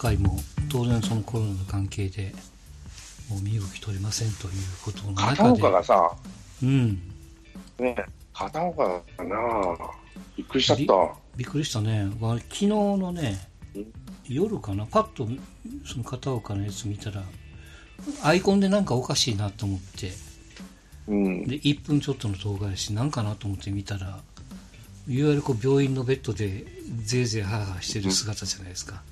会も当然そのコロナの関係でもう身動き取りませんということの片中で、 岡がさ、 ね、 片岡がな、びっくりしちゃっびっくりしたね。昨日のね、夜かな、パッとその片岡のやつ見たら、アイコンでなんかおかしいなと思って、で1分ちょっとの動画やし、なんかなと思って見たら、いわゆるこう病院のベッドでぜいぜいハーハーしてる姿じゃないですか。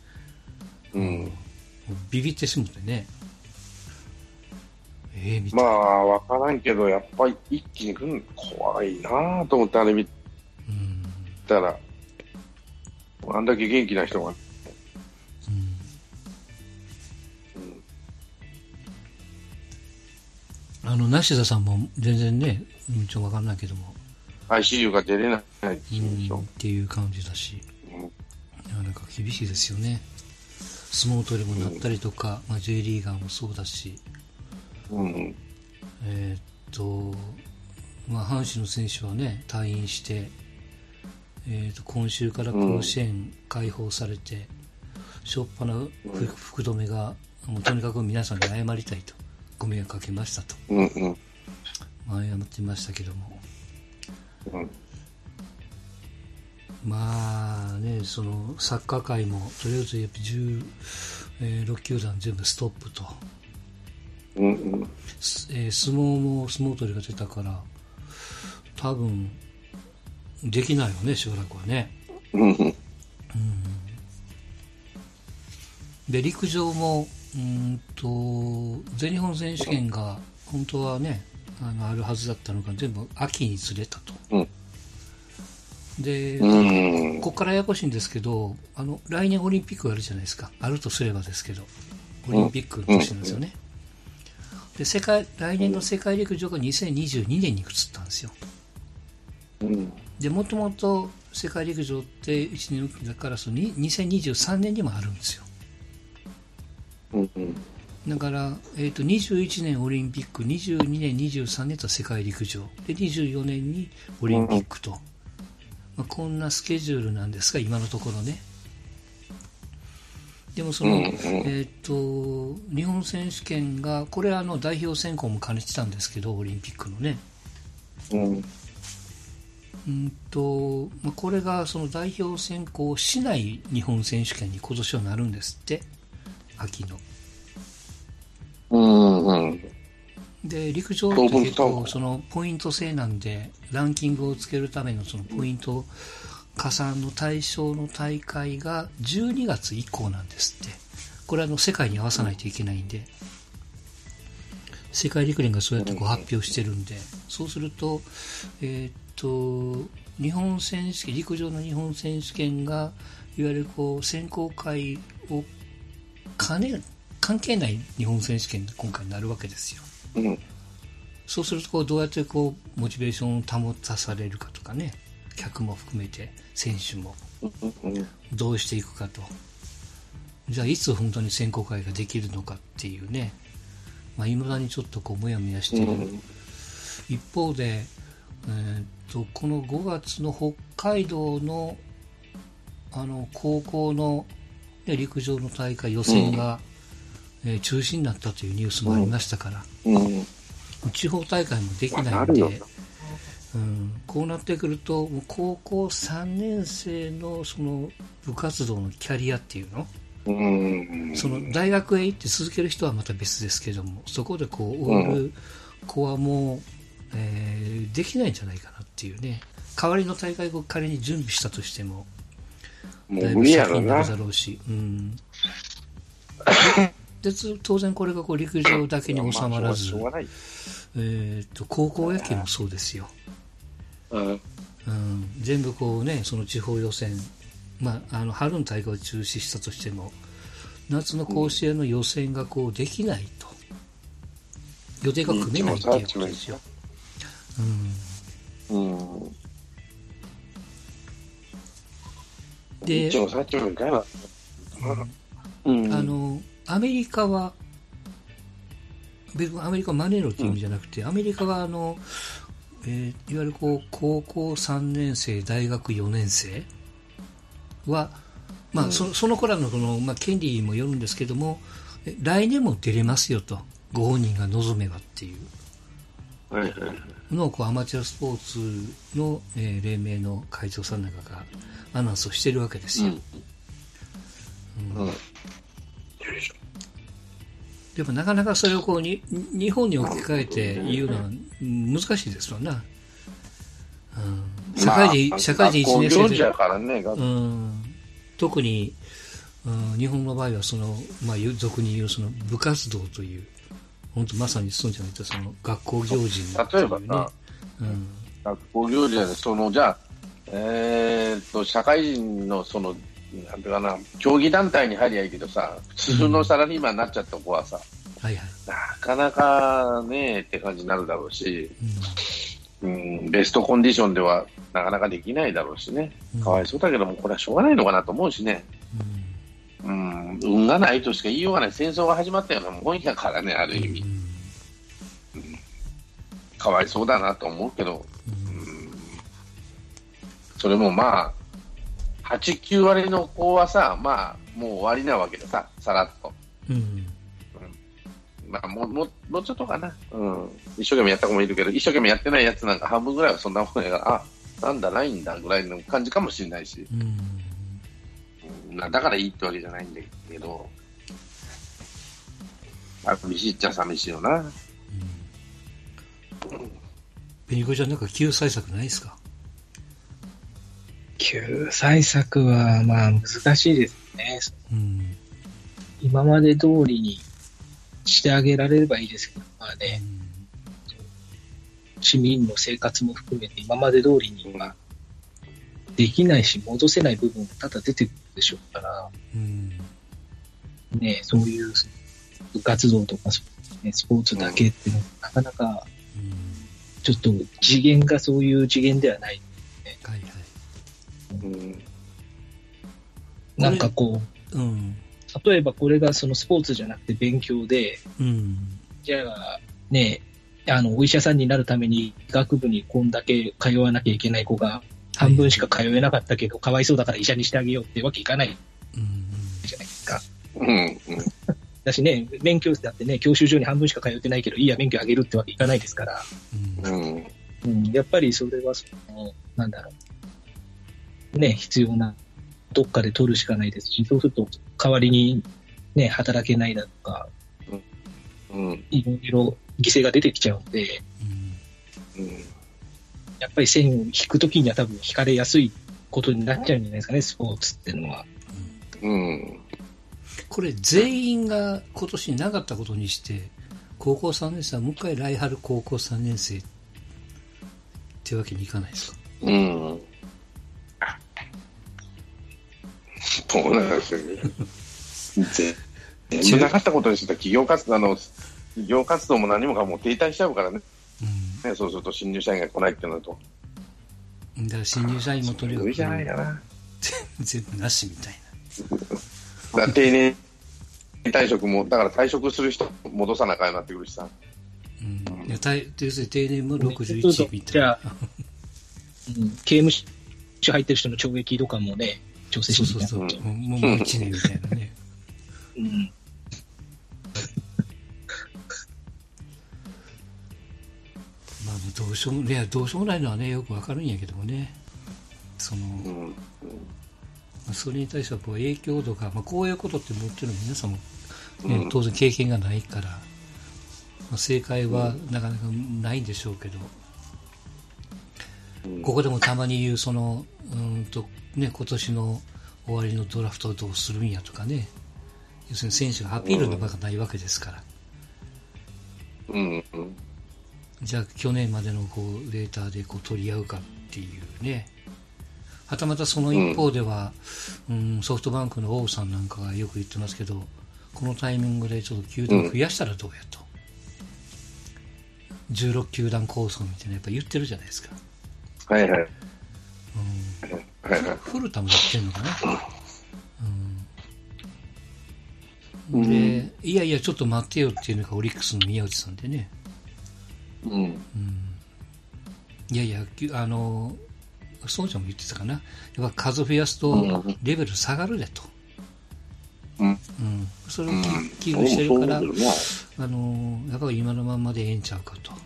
ビビってしまってね。みたいな。 わからんけど、やっぱり一気に来るの怖いなぁと思って、あれ見たら、あんだけ元気な人が。 梨田さんも全然ね、ちょっとわかんないけども。 ICU が出れないっていう感じだし、なんか厳しいですよね。相撲取りもなったりとか、J リーガーもそうだし、阪神の選手はね、退院して、今週から甲子園開放されて、しょっぱな福留が、もうとにかく皆さんに謝りたいと、ご迷惑かけましたと、謝ってましたけども、そのサッカー界もとりあえずやっぱ16球団全部ストップと、相撲取りが出たから多分できないよね、しばらくはね。で陸上も全日本選手権が本当はねあるはずだったのが全部秋にずれたと。でここからややこしいんですけど、来年オリンピックがあるじゃないですか。あるとすればですけど、オリンピックの年なんですよね。で来年の世界陸上が2022年に移ったんですよ。でもともと世界陸上って1年おきだからその2023年にもあるんですよ。だから、21年オリンピック、22年、23年と世界陸上で24年にオリンピックと、こんなスケジュールなんですが今のところね。でもその、日本選手権がこれは代表選考も兼ねてたんですけど、オリンピックのね、これがその代表選考しない日本選手権に今年はなるんですって、秋の。で陸上って結構そのポイント制なんで、ランキングをつけるためのそのポイント加算の対象の大会が12月以降なんですって。これは世界に合わさないといけないんで、世界陸連がそうやって発表してるんで、そうすると日本選手権、陸上の日本選手権がいわゆる選考会を関係ない日本選手権が今回になるわけですよ。そうするとどうやってモチベーションを保たされるかとかね、客も含めて選手もどうしていくかと、じゃあいつ本当に選考会ができるのかっていうね、未だにちょっとモヤモヤしている、一方で、この5月の北海道の高校の陸上の大会予選が、中止になったというニュースもありましたから、地方大会もできないんで、こうなってくると高校3年生のその部活動のキャリアっていうの、その大学へ行って続ける人はまた別ですけども、そこで終わる子はもう、できないんじゃないかなっていうね。代わりの大会を仮に準備したとしてもだいぶ先になるだろうし、で当然これが陸上だけに収まらず、高校野球もそうですよ。全部その地方予選、春の大会を中止したとしても夏の甲子園の予選ができないと、予定が組めないっていうことですよ。で、アメリカは別にアメリカはマネーロっていう意味じゃなくて、アメリカはいわゆる高校3年生大学4年生はまあ、その子らの権利もよるんですけども、来年も出れますよと、ご本人が望めばっていうのをアマチュアスポーツの、連盟の会長さんなんかがアナウンスをしてるわけですよ。でもなかなかそれを日本に置き換えて言うのは難しいですわな。社会人1年生で、特に、日本の場合は俗に言う部活動という、本当まさにそうじゃないと学校行事に、ね、 例えばさ、学校行事でじゃあ社会人のなんていうかな、競技団体に入りゃいいけどさ、普通のサラリーマンになっちゃった子はさ、なかなかねって感じになるだろうし、ベストコンディションではなかなかできないだろうしね、かわいそうだけども、これはしょうがないのかなと思うしね、運がないとしか言いようがない、戦争が始まったようなもんやからね、ある意味、かわいそうだなと思うけど、それもまあ、8、9割の子はさ、まあ、もう終わりなわけでさ、さらっと。まあ、もうちょっとかな、一生懸命やった子もいるけど、一生懸命やってないやつなんか半分ぐらいはそんなもんやから、なんだ、ないんだぐらいの感じかもしれないし、だからいいってわけじゃないんだけど、寂しいっちゃ寂しいよな。 紅子ちゃん、なんか救済策ないですか？ 救済策はまあ難しいですね。今まで通りにしてあげられればいいですけど、まあね、市民の生活も含めて今まで通りにはできないし、戻せない部分も多々出てくるでしょうから、ね、そういう部活動とか、スポーツだけっていうのはなかなかちょっと次元がそういう次元ではない、ね。なんかこう、例えばこれがそのスポーツじゃなくて勉強で、じゃあね、お医者さんになるために医学部にこんだけ通わなきゃいけない子が半分しか通えなかったけど、かわいそうだから医者にしてあげようってわけいかないじゃないですか。だしね、免許だってね、教習所に半分しか通ってないけど、いいや、免許あげるってわけいかないですから、やっぱりそれはなんだろう、ね、必要な、どっかで取るしかないですし、そうすると代わりにね、働けないだとか、いろいろ犠牲が出てきちゃうんで、やっぱり線を引くときには多分引かれやすいことになっちゃうんじゃないですかね、スポーツっていうのは。 これ全員が今年なかったことにして、高校3年生はもう一回来春高校3年生ってわけにいかないですか？ そうなんですよね。全部なかったことにしてた企業活動も何もかも停滞しちゃうからね。そうすると新入社員が来ないってなると。 だから新入社員もとにかくいいじゃないかな。 全部なしみたいな。定年退職も、だから退職する人戻さなあかんようになってくるしさ。 要するに定年も61みたいな。 刑務所入ってる人の懲役とかもね、調整してみたいな。 もう1年みたいなね。まあどうしようもないのはね、よくわかるんやけどもね。それに対しては影響度が、こういうことってもちろん皆さんも、当然経験がないから、正解はなかなかないんでしょうけど、ここでもたまに言う今年の終わりのドラフトをどうするんやとかね、要するに選手がアピールの場がないわけですから、じゃあ去年までのデータで取り合うかっていうね。はたまたその一方では、ソフトバンクの王さんなんかがよく言ってますけど、このタイミングでちょっと球団を増やしたらどうやと、16球団構想みたいなやっぱ言ってるじゃないですか。古田も言ってんのかな。で、いやいやちょっと待ってよっていうのがオリックスの宮内さんでね。いやいやそうちゃんも言ってたかな。やっぱ数増やすとレベル下がるでと。それを危惧してるから、やっぱり今のままでええんちゃうかと。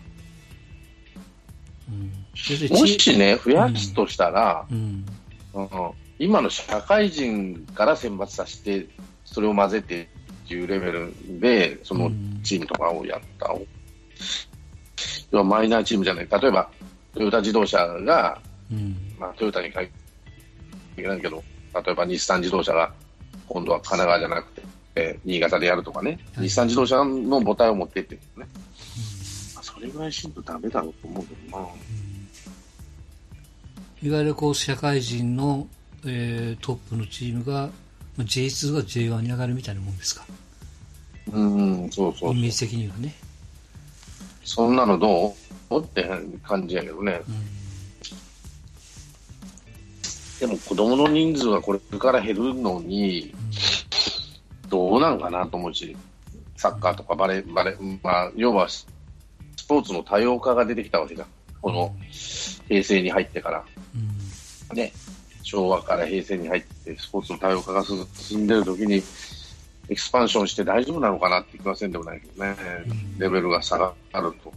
もしね、増やすとしたら、今の社会人から選抜させて、それを混ぜてっていうレベルで、そのチームとかをやった要はマイナーチームじゃない。例えば、トヨタ自動車が、トヨタに限らないけど、例えば日産自動車が、今度は神奈川じゃなくて、新潟でやるとかね、日産自動車の母体を持ってってるね。それぐらいしんとダメだろうと思うけどな。 いわゆるこう社会人の、トップのチームが J2 が J1 に上がるみたいなもんですか。 そう。 イメージ的にはね。 そんなのどうって感じやけどね。でも子供の人数がこれから減るのに、どうなんかなと思うし、サッカーとかバレー、要はスポーツの多様化が出てきたわけじゃん。この平成に入ってから。ね。昭和から平成に入ってスポーツの多様化が進んでる時に、エクスパンションして大丈夫なのかなって気はせんでもないけどね。レベルが下がると。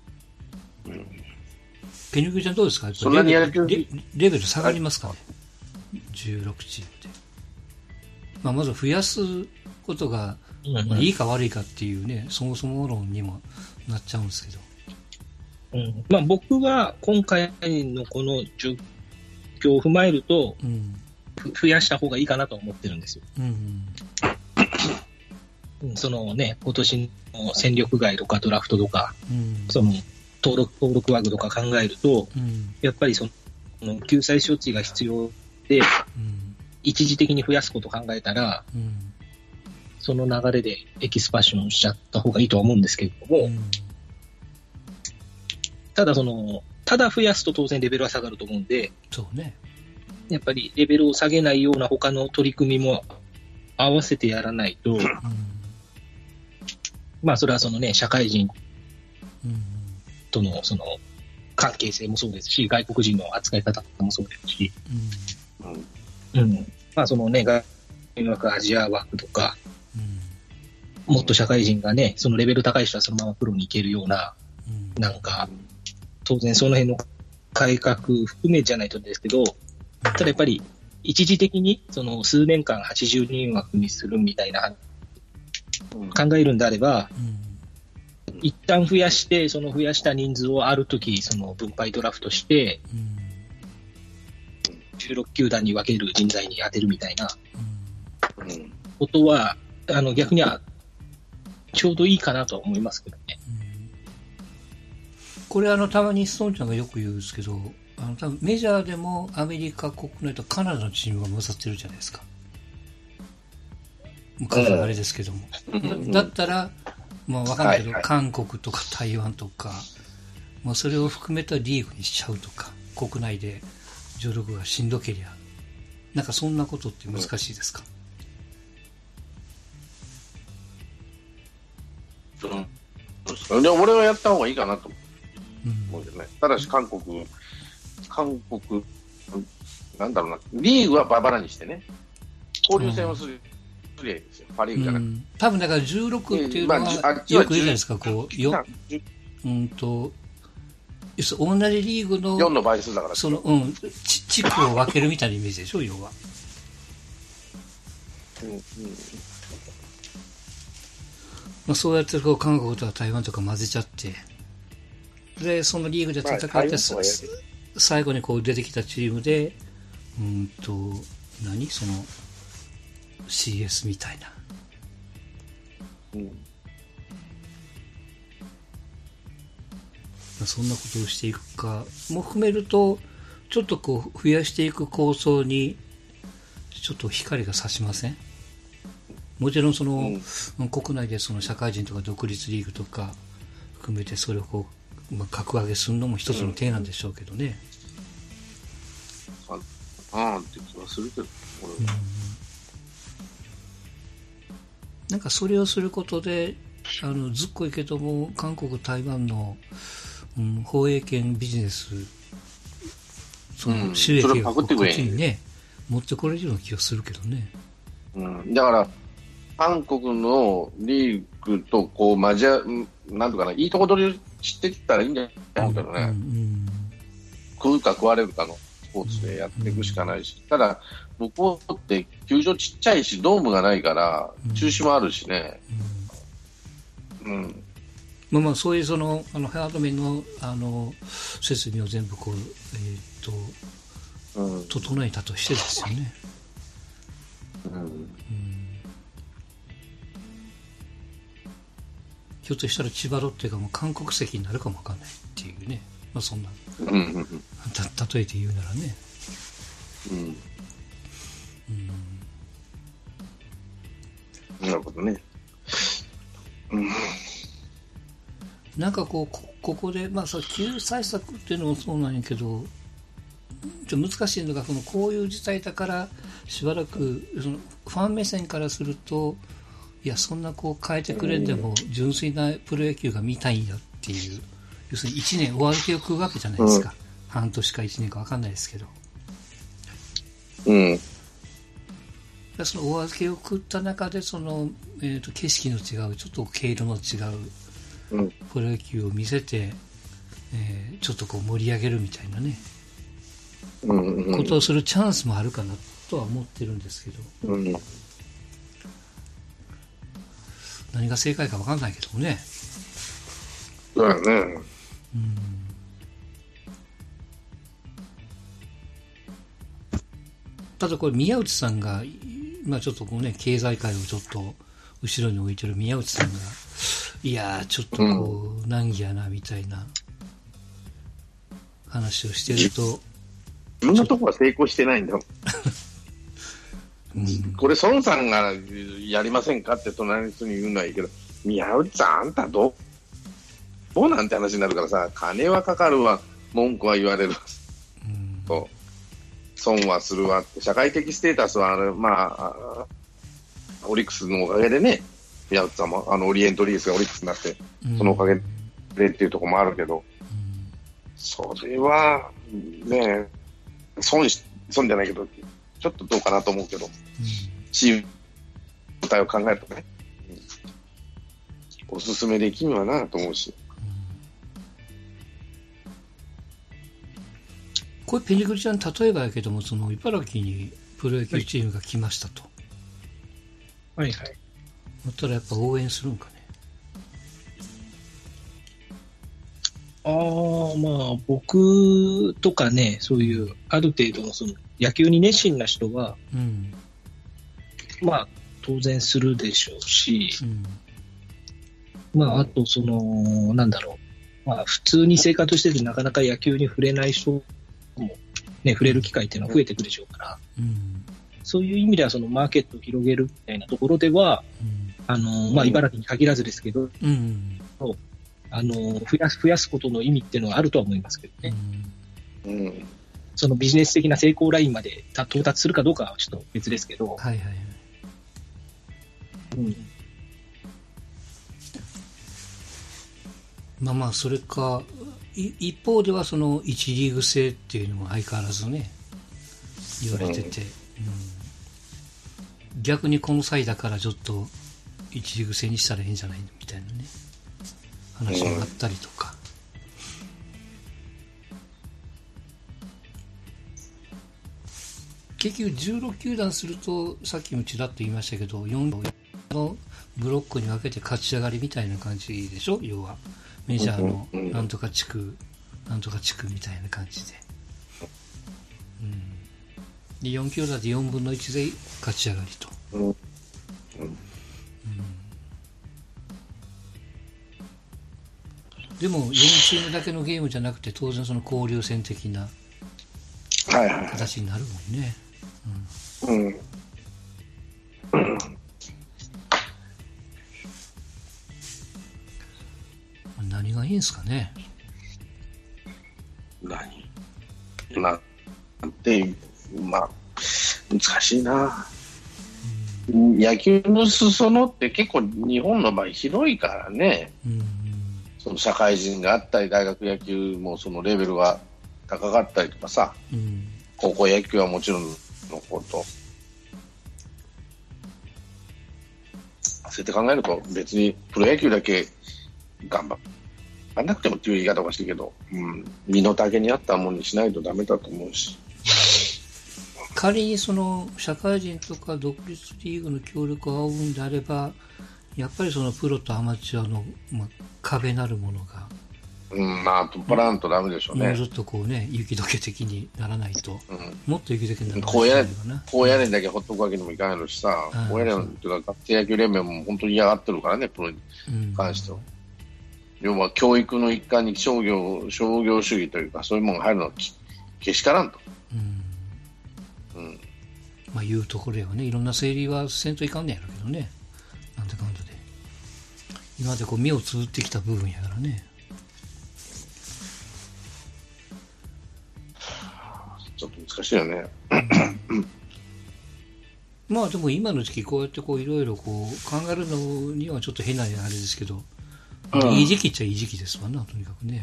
ペニュクちゃんどうですか？ そんなにレベル下がりますかね、16チームで。まず増やすことがいいか悪いかっていうね、そもそも論にもなっちゃうんですけど。僕は今回のこの状況を踏まえると、増やした方がいいかなと思ってるんですよ。そのね、今年の戦力外とかドラフトとか、その登録枠とか考えると、やっぱりその救済処置が必要で、一時的に増やすことを考えたら、その流れでエキスパッションしちゃった方がいいとは思うんですけれども、ただただ増やすと当然レベルは下がると思うんで、 そうね。 やっぱりレベルを下げないような他の取り組みも合わせてやらないと、それはそのね、社会人とのその関係性もそうですし、外国人の扱い方もそうですし、そのね、外枠アジア枠とか、もっと社会人がね、そのレベル高い人はそのままプロに行けるような、なんか、当然その辺の改革含めじゃないとですけど、ただやっぱり一時的にその数年間80人枠にするみたいな考えるんであれば、一旦増やして、その増やした人数をあるとき、その分配ドラフトして、16球団に分ける人材に当てるみたいなことは、逆にはちょうどいいかなとは思いますけどね。 これたまにストーンちゃんがよく言うんですけど、多分メジャーでもアメリカ国内とカナダのチームが混ざってるじゃないですか。数あれですけども。だったら、わかんないけど、韓国とか台湾とか、それを含めたリーグにしちゃうとか、国内で上力がしんどけりゃ、なんかそんなことって難しいですか？ で俺はやった方がいいかなと思うけどね。ただし韓国、なんだろうな、リーグはバラにしてね、交流戦をするやいいですよ、パ・リーグじゃなくて。 多分だから16っていうのは、よく言うじゃないですか、こう、同じリーグの、 4の倍数だから。 地区を分けるみたいなイメージでしょ、要は。そうやってこう韓国とか台湾とか混ぜちゃって、で、そのリーグで戦って、最後にこう出てきたチームで、その CS みたいな。そんなことをしていくかも含めると、ちょっとこう増やしていく構想にちょっと光が差しません？もちろんその、国内でその社会人とか独立リーグとか含めてそれをこう、格上げするのも一つの手なんでしょうけどね。 って気はするけど、 なんかそれをすることでずっこいけども韓国台湾の、放映権ビジネスその収益がこっちにね、持ってこれるような気がするけどね。 だから、韓国のリーグとこうなんとかな、いいとこ取りしていったらいいんじゃないかと思うけどね。食うか食われるかのスポーツでやっていくしかないし。ただ、向こうって球場ちっちゃいし、ドームがないから、中止もあるしね。 まあそういうハード面の設備を全部こう整えたとしてですよね。ひょっとしたら千葉ロッテがもう韓国籍になるかもわかんないっていうね。まあそんな例えて言うならね。 なるほどね。 なんかここで、まあ、救済策っていうのもそうなんやけど、難しいのが、こういう事態だから、しばらく、ファン目線からすると、いや、そんな変えてくれんでも、純粋なプロ野球が見たいんだっていう、要するに1年お預けを食うわけじゃないですか。半年か1年か分かんないですけど。そのお預けを食った中で、景色の違う、ちょっと毛色の違う、プロ野球を見せて、ちょっと盛り上げるみたいなね、ことをするチャンスもあるかなとは思ってるんですけど、何が正解か分かんないけどもね。 そうだね。 ただこれ宮内さんが、まあちょっと経済界をちょっと後ろに置いてる宮内さんが、いやーちょっと難儀やなみたいな話をしてると、 自分のとこは成功してないんだよ。これ孫さんがやりませんかって隣の人に言うのはいいけど、宮内さんあんたどうなんて話になるからさ、金はかかるわ、文句は言われると、損はするわって、社会的ステータスはオリックスのおかげでね、宮内さんもオリエントリースがオリックスになって、そのおかげでっていうところもあるけど、それはね、損じゃないけど、ちょっとどうかなと思うけど、チーム体を考えるとね、おすすめできんわなと思うし。 これペニグリちゃん例えばやけども、茨城にプロ野球チームが来ましたと。 はいはい。 だったらやっぱ応援するんかね。 僕とかね、そういうある程度の野球に熱心な人は、当然するでしょうし、あと普通に生活しててなかなか野球に触れない人もね、触れる機会っていうのは増えてくるでしょうから、そういう意味ではマーケットを広げるみたいなところでは、茨城に限らずですけど、増やすことの意味っていうのはあるとは思いますけどね。そのビジネス的な成功ラインまで到達するかどうかはちょっと別ですけど。 それか、一方では1リーグ制っていうのも相変わらずね、言われてて、逆にこの際だからちょっと1リーグ制にしたらいいんじゃないみたいなね、話もあったりとか。結局16球団すると、さっきもちらっと言いましたけど、4のブロックに分けて勝ち上がりみたいな感じでしょ、要は。メジャーのなんとか地区、なんとか地区みたいな感じで。で4球団で4分の1で勝ち上がりと。でも4チームだけのゲームじゃなくて、当然交流戦的な形になるもんね。何がいいんですかね。 難しいな。野球の裾野って結構日本の場合広いからね。社会人があったり大学野球もそのレベルは高かったりとかさ、高校野球はもちろんのこと、そうやって考えると別にプロ野球だけ頑張らなくてもっていう言い方がしてるけど、身の丈に合ったものにしないとダメだと思うし。 仮にその社会人とか独立リーグの協力を仰ぐんであれば、やっぱりそのプロとアマチュアの、壁なるものが、 取っ払わんとダメでしょうね。 もうちょっとこうね、雪解け的にならないと、もっと雪解けにならないと高野連だけほっとくわけにもいかないのしさ、高野連というか学生野球連盟も本当に嫌がってるからね、プロに関しては。要は教育の一環に商業主義というか、そういうものが入るのはけしからんと。 いうところやわね。いろんな整理はせんといかんねやろうけどね。なんだかんだで。今までこう目をつぶってきた部分やからね。 ちょっと難しいよね。 まあでも今の時期こうやってこういろいろこう考えるのにはちょっと変なあれですけど、いい時期っちゃいい時期ですわな、とにかくね。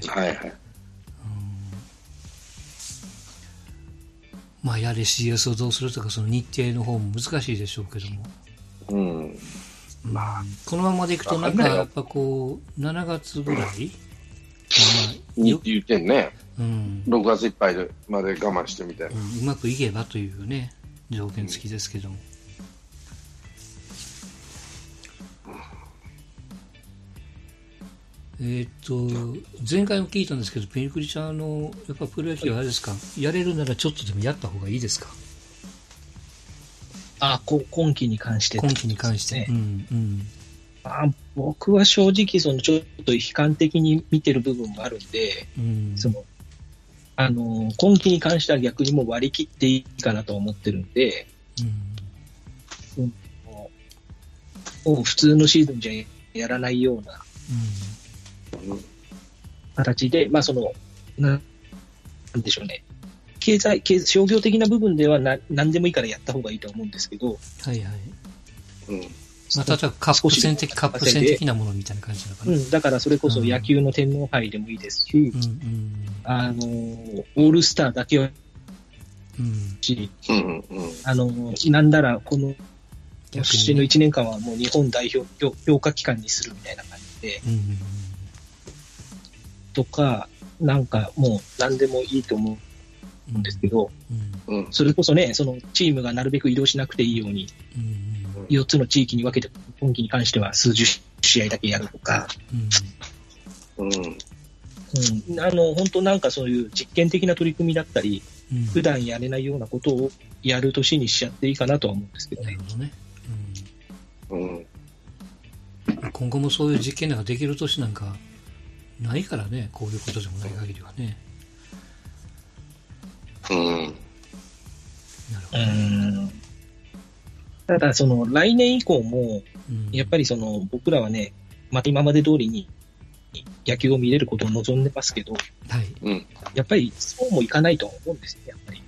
やれ CS をどうするとか、その日程の方も難しいでしょうけども。このままでいくとなんかやっぱこう、7月ぐらい言ってんね。6月いっぱいまで我慢してみたいな。 うまくいけばというね、条件付きですけども。前回も聞いたんですけど、ペニクリちゃん、やっぱプロ野球はあれですか、やれるならちょっとでもやった方がいいですか？ 今期に関して。 今期に関して。 僕は正直、ちょっと悲観的に見てる部分もあるんで、今期に関しては逆にもう割り切っていいかなと思ってるんで、普通のシーズンじゃやらないような、形で、なんでしょうね。商業的な部分では何でもいいからやった方がいいと思うんですけど。 例えばカップ戦的なものみたいな感じなのかな。 だからそれこそ野球の天皇杯でもいいですし、オールスターだけはし、なんだらこの今年の1年間はもう日本代表評価機関にするみたいな感じで、とか、なんかもう何でもいいと思うんですけど、それこそね、そのチームがなるべく移動しなくていいように、4つの地域に分けて、今期に関しては数十試合だけやるとか、本当なんかそういう実験的な取り組みだったり、普段やれないようなことをやる年にしちゃっていいかなとは思うんですけどね。 なるほどね。今後もそういう実験ができる年なんかないからね、こういうことでもない限りはね。なるほど。 ただ来年以降も、やっぱり僕らはね、また今まで通りに野球を見れることを望んでますけど、やっぱりそうもいかないと思うんですよ、やっぱり。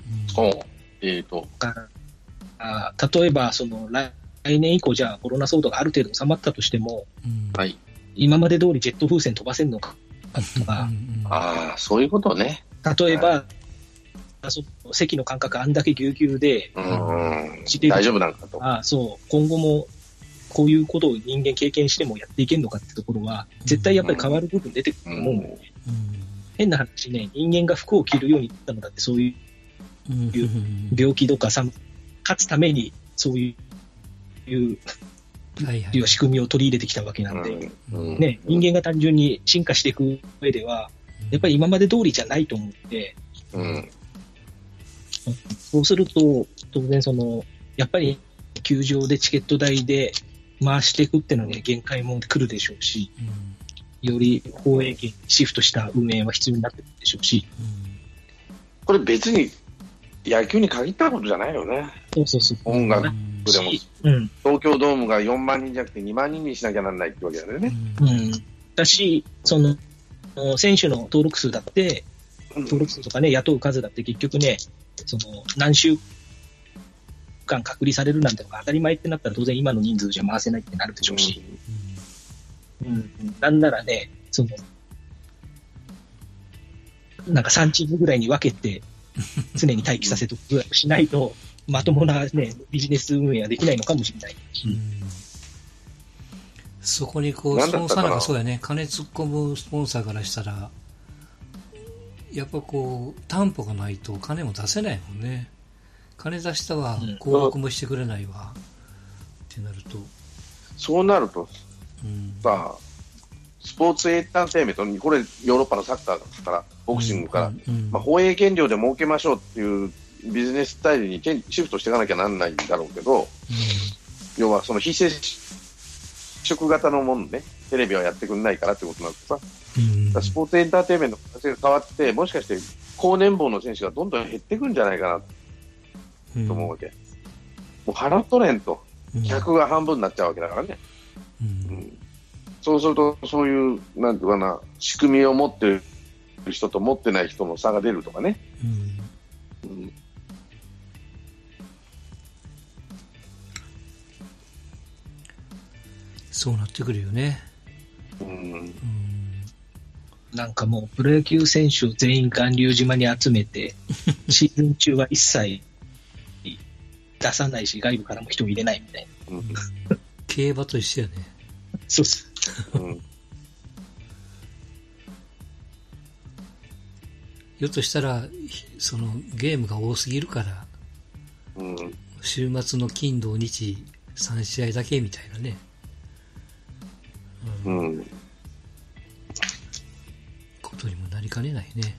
例えば来年以降じゃあコロナ騒動がある程度収まったとしても、今まで通りジェット風船飛ばせんのかとか、 そういうことね。 例えば、席の間隔あんだけぎゅうぎゅうで、 大丈夫なのかと。 今後もこういうことを人間経験してもやっていけるのかってところは、絶対やっぱり変わる部分出てくると思うんで、変な話ね、人間が服を着るようになったのだって、そういう病気とか勝つために、そういう仕組みを取り入れてきたわけなんで、人間が単純に進化していく上では、やっぱり今まで通りじゃないと思って、そうすると、当然やっぱり球場でチケット代で回していくっていうのに限界も来るでしょうし、より放映権にシフトした運営は必要になってくるでしょうし。 これ別に野球に限ったことじゃないよね。音楽でも、東京ドームが4万人じゃなくて2万人にしなきゃならないってわけだよね。 だし、選手の登録数だって、登録数とかね、雇う数だって結局ね、何週間隔離されるなんてのが当たり前ってなったら当然今の人数じゃ回せないってなるでしょうし。なんならね、 なんか3チームぐらいに分けて、常に待機させておくぐらいしないと、まともなね、ビジネス運営はできないのかもしれない。 そこにこう、スポンサーなんかそうやね、金突っ込むスポンサーからしたら、やっぱこう、担保がないと金も出せないもんね。金出したは広告もしてくれないわ、ってなると。 そうなると、さあ、スポーツエンターテインメントに、これヨーロッパのサッカーですから、ボクシングから、放映権料で儲けましょうっていうビジネススタイルにシフトしていかなきゃなんないんだろうけど、要はその非接触型のものね、テレビはやってくれないからってことなんですさ、スポーツエンターテインメントの形が変わって、もしかして高年俸の選手がどんどん減ってくんじゃないかなと思うわけ。もう払っとれんと、客が半分になっちゃうわけだからね。そうすると、そういう、なんていうかな、仕組みを持ってる人と持ってない人の差が出るとかね。 そうなってくるよね。 なんかもうプロ野球選手を全員巌流島に集めて、シーズン中は一切出さないし、外部からも人を入れないみたいな。 競馬と一緒やね。 そうっす。 ひょっとしたら、そのゲームが多すぎるから、週末の金土日3試合だけみたいなね。ことにもなりかねないね。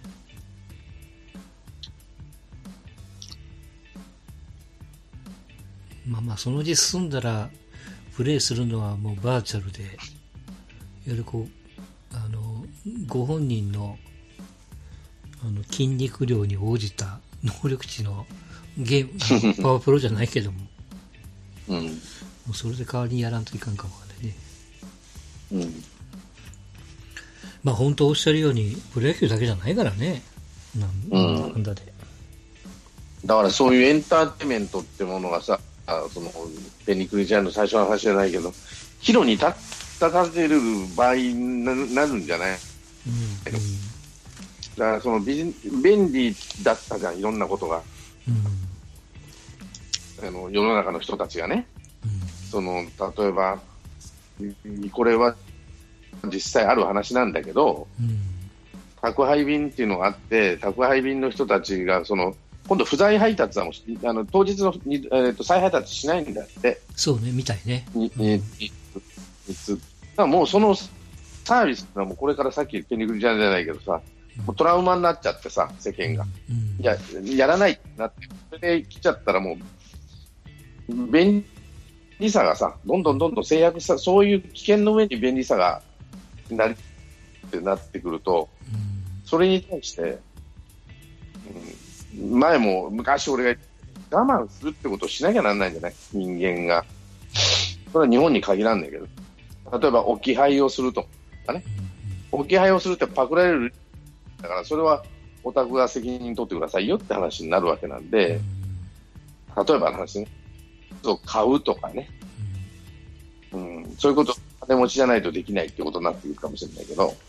まあそのうち進んだらプレイするのはもうバーチャルで、いわゆるこうご本人の筋肉量に応じた能力値のゲームパワープロじゃないけども、もうそれで代わりにやらんといかんかもわかんないね。まあ本当おっしゃるようにプロ野球だけじゃないからね。なんだで。 だからそういうエンターテインメントってものがさ、そのペニクリちゃんの最初の話じゃないけど、岐路に立たせる場合になるんじゃない？だからその便利だったじゃん、いろんなことが。世の中の人たちがね、その例えばこれは実際ある話なんだけど、宅配便っていうのがあって、宅配便の人たちが今度不在配達はもう当日の再配達しないんだって。 そうね、みたいね。 もうそのサービスがもうこれからさっきペニクリちゃんじゃないけどさ、もうトラウマになっちゃってさ、世間が、やらないってなって、それで来ちゃったらもう便利さがさ、どんどん制約さ、そういう危険の上に便利さがなってくると、それに対して、昔俺が我慢するってことをしなきゃなんないんじゃない？人間が。それは日本に限らんねんけど、例えば置き配をするとかね、置き配をするってパクられる、だからそれはお宅が責任取ってくださいよって話になるわけなんで、例えばの話ね、買うとかね、そういうこと、金持ちじゃないとできないってことになっているかもしれないけど、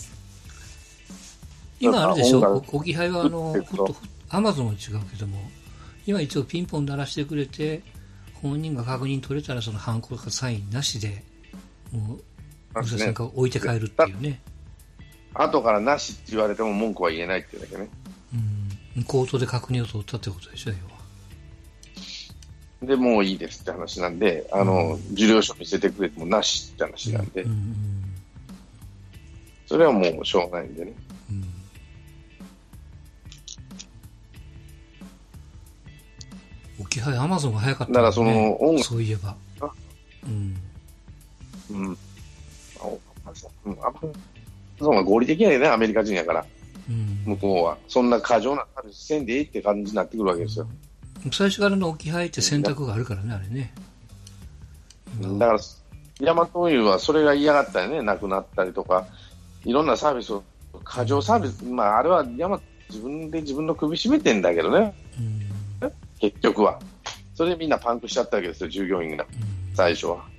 今あるでしょ、置き配はアマゾンは違うけども、今一応ピンポン鳴らしてくれて、本人が確認取れたらそのハンコかサインなしで、もう、お客さんが置いて帰るっていうね。 後からなしって言われても文句は言えないっていうだけね。 口頭で確認を取ったってことでしょ、要は。 で、もういいですって話なんで、受領書見せてくれてもなしって話なんで、それはもうしょうがないんでね。 置き配アマゾンが早かった、 ね。だからそういえば。 アマゾンが合理的やね、アメリカ人やから。向こうは。そんな過剰なサービスせんでいいって感じになってくるわけですよ。 最初からの置き配って選択があるからね、あれね。 だから、ヤマト運輸はそれが嫌がったよね、なくなったりとか、いろんなサービスを、過剰サービス、あれは自分で自分の首絞めてんだけどね。結局は。それでみんなパンクしちゃったわけですよ、従業員が。最初は。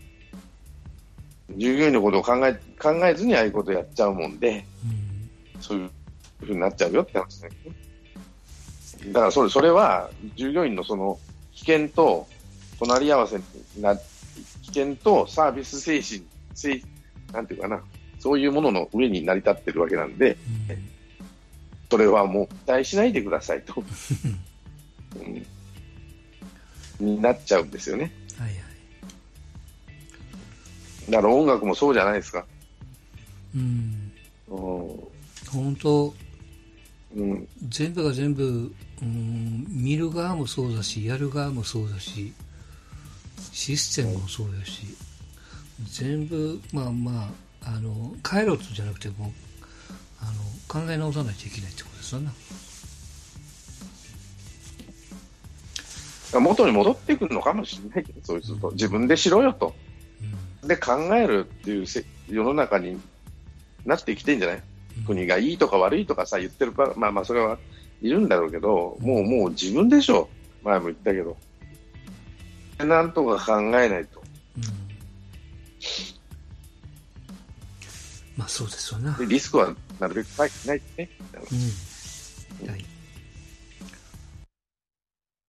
従業員のことを考えずにああいうことやっちゃうもんで、そういうふうになっちゃうよって話ね。だからそれは従業員のその危険と隣り合わせな、危険とサービス精神、なんていうかな、そういうものの上に成り立ってるわけなんで、それはもう期待しないでくださいと、になっちゃうんですよね。はいはい。だから音楽もそうじゃないですか。 本当、全部が全部、見る側もそうだし、やる側もそうだし、システムもそうだし、全部、変えろとじゃなくても考え直さないといけないってことですよね。 元に戻ってくるのかもしれないけど、そうすると自分でしろよと、で考えるっていう世の中になってきてんじゃない、国がいいとか悪いとかさ言ってるそれはいるんだろうけど、もう自分でしょ。前も言ったけど、なんとか考えないと。 そうですよね。 リスクはなるべくないね。 はい。